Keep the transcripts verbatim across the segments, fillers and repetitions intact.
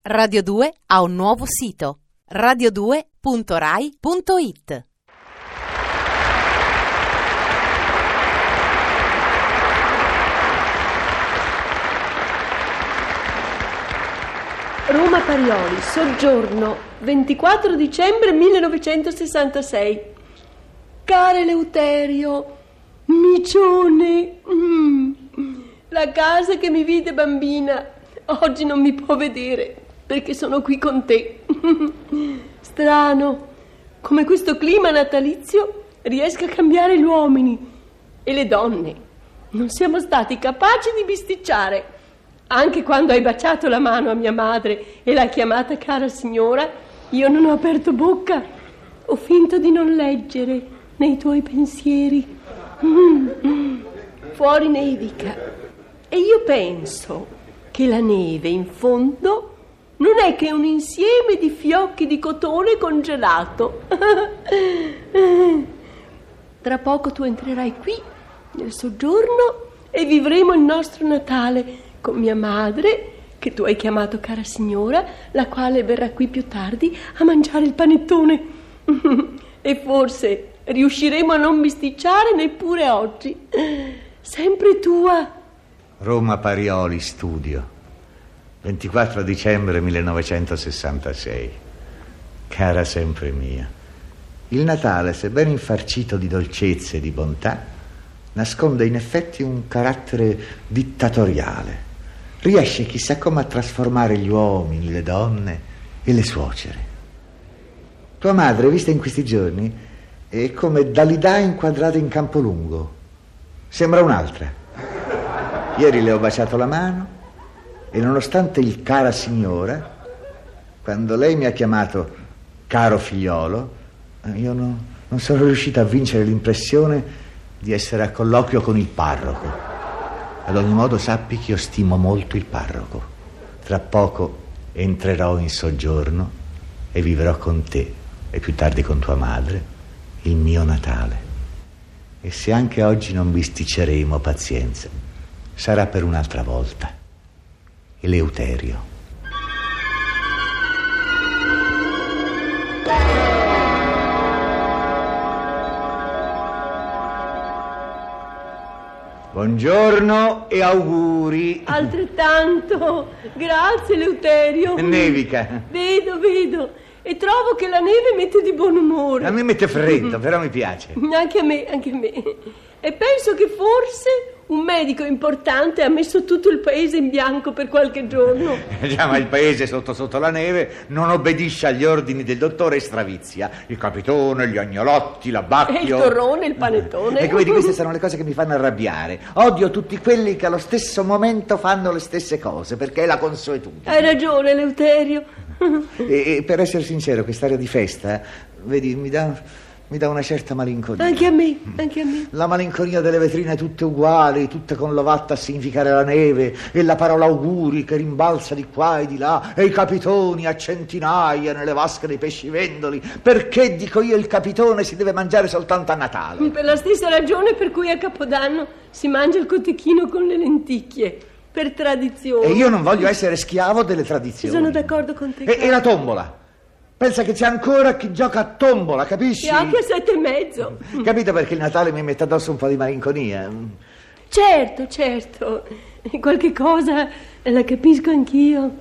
Radio due ha un nuovo sito: radio due punto rai punto it. Roma Parioli, soggiorno, ventiquattro dicembre millenovecentosessantasei. Care Eleuterio, micione, mm, la casa che mi vide bambina oggi non mi può vedere perché sono qui con te. Strano come questo clima natalizio riesca a cambiare gli uomini e le donne. Non siamo stati capaci di bisticciare. Anche quando hai baciato la mano a mia madre e l'hai chiamata cara signora, io non ho aperto bocca. Ho finto di non leggere nei tuoi pensieri. Mm. Fuori nevica. E io penso che la neve in fondo non è che un insieme di fiocchi di cotone congelato. Tra poco tu entrerai qui nel soggiorno e vivremo il nostro Natale con mia madre, che tu hai chiamato cara signora, la quale verrà qui più tardi a mangiare il panettone. E forse riusciremo a non bisticciare neppure oggi. Sempre tua. Roma Parioli, studio, ventiquattro dicembre millenovecentosessantasei. Cara sempre mia, il Natale, sebbene infarcito di dolcezze e di bontà, nasconde in effetti un carattere dittatoriale. Riesce chissà come a trasformare gli uomini, le donne e le suocere. Tua madre, vista in questi giorni, è come Dalida inquadrata in Campolungo. Sembra un'altra. Ieri le ho baciato la mano e nonostante il cara signora, quando lei mi ha chiamato caro figliolo, io no, non sono riuscito a vincere l'impressione di essere a colloquio con il parroco. Ad ogni modo sappi che io stimo molto il parroco. Tra poco entrerò in soggiorno e vivrò con te e più tardi con tua madre il mio Natale. E se anche oggi non bisticceremo, pazienza, sarà per un'altra volta. Eleuterio. Buongiorno e auguri. Altrettanto. Grazie, Eleuterio. Nevica. Vedo, vedo. E trovo che la neve mette di buon umore. A me mette freddo, però mi piace. Anche a me, anche a me. E penso che forse un medico importante ha messo tutto il paese in bianco per qualche giorno. Già, ma il paese sotto sotto la neve non obbedisce agli ordini del dottore e stravizia. Il capitone, gli agnolotti, l'abbacchio. E il torrone, il panettone. Ecco, vedi, queste sono le cose che mi fanno arrabbiare. Odio tutti quelli che allo stesso momento fanno le stesse cose, perché è la consuetudine. Hai ragione, Eleuterio. E, e per essere sincero, quest'area di festa, vedi, mi dà... mi dà una certa malinconia. Anche a me, anche a me. La malinconia delle vetrine tutte uguali, tutte con l'ovatta a significare la neve, e la parola auguri che rimbalza di qua e di là, e i capitoni a centinaia nelle vasche dei pescivendoli. Perché, dico io, il capitone si deve mangiare soltanto a Natale? Per la stessa ragione per cui a Capodanno si mangia il cotechino con le lenticchie, per tradizione. E io non voglio essere schiavo delle tradizioni. Sono d'accordo con te. E, e la tombola? Pensa che c'è ancora chi gioca a tombola, capisci? E anche a sette e mezzo. Capito perché il Natale mi mette addosso un po' di malinconia? Certo, certo. Qualche cosa la capisco anch'io.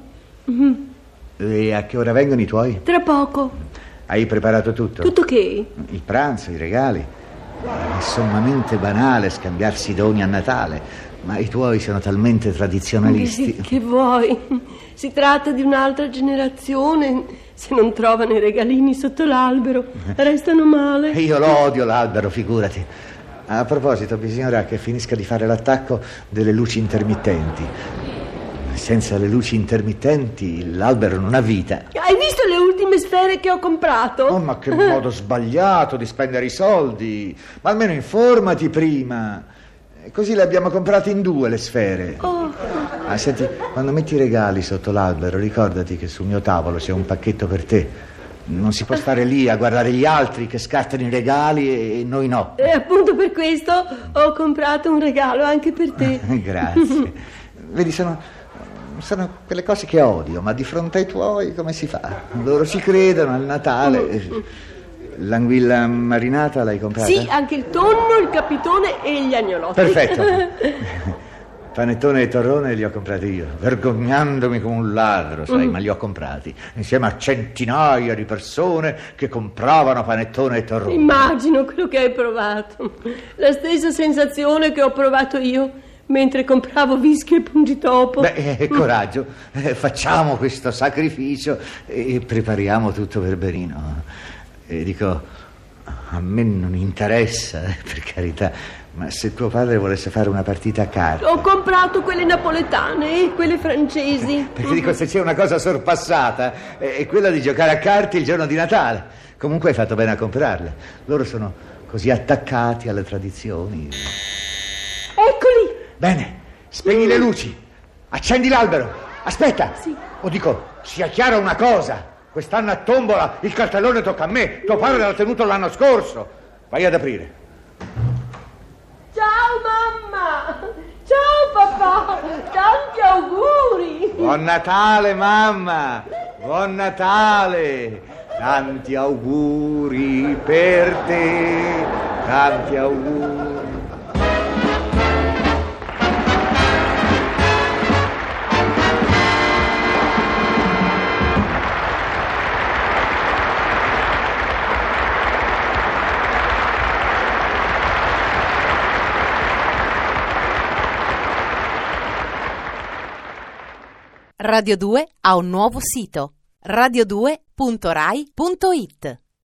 E a che ora vengono i tuoi? Tra poco. Hai preparato tutto? Tutto che? Il pranzo, i regali. È sommamente banale scambiarsi doni a Natale, ma i tuoi sono talmente tradizionalisti. Che, che vuoi? Si tratta di un'altra generazione. Se non trovano i regalini sotto l'albero, restano male. Io lo odio l'albero, figurati. A proposito, bisognerà che finisca di fare l'attacco delle luci intermittenti. Senza le luci intermittenti l'albero non ha vita. Hai visto le ultime sfere che ho comprato? Oh, ma che modo sbagliato di spendere i soldi. Ma almeno informati prima. Così le abbiamo comprate in due le sfere. Oh. Ah, senti, quando metti i regali sotto l'albero, ricordati che sul mio tavolo c'è un pacchetto per te. Non si può stare lì a guardare gli altri che scartano i regali e noi no. E appunto per questo ho comprato un regalo anche per te. Grazie. Vedi, sono sono quelle cose che odio, ma di fronte ai tuoi come si fa? Loro ci credono al Natale. L'anguilla marinata l'hai comprata? Sì, anche il tonno, il capitone e gli agnolotti. Perfetto. Panettone e torrone li ho comprati io, vergognandomi come un ladro, sai, mm. ma li ho comprati insieme a centinaia di persone che compravano panettone e torrone. Immagino quello che hai provato. La stessa sensazione che ho provato io mentre compravo whisky e pungitopo. Beh, eh, coraggio, eh, facciamo questo sacrificio e prepariamo tutto per Benino. E dico, a me non interessa, eh, per carità, ma se tuo padre volesse fare una partita a carte... Ho comprato quelle napoletane e quelle francesi. Perché dico, se c'è una cosa sorpassata è quella di giocare a carte il giorno di Natale. Comunque hai fatto bene a comprarle. Loro sono così attaccati alle tradizioni. Eccoli! Bene, spegni le luci, accendi l'albero. Aspetta! Sì. O dico, sia chiara una cosa. Quest'anno a tombola il cartellone tocca a me. Tuo padre l'ha tenuto l'anno scorso. Vai ad aprire. Ciao mamma! Ciao papà! Tanti auguri! Buon Natale mamma! Buon Natale! Tanti auguri per te! Tanti auguri! Radio due ha un nuovo sito, radio due punto rai punto it.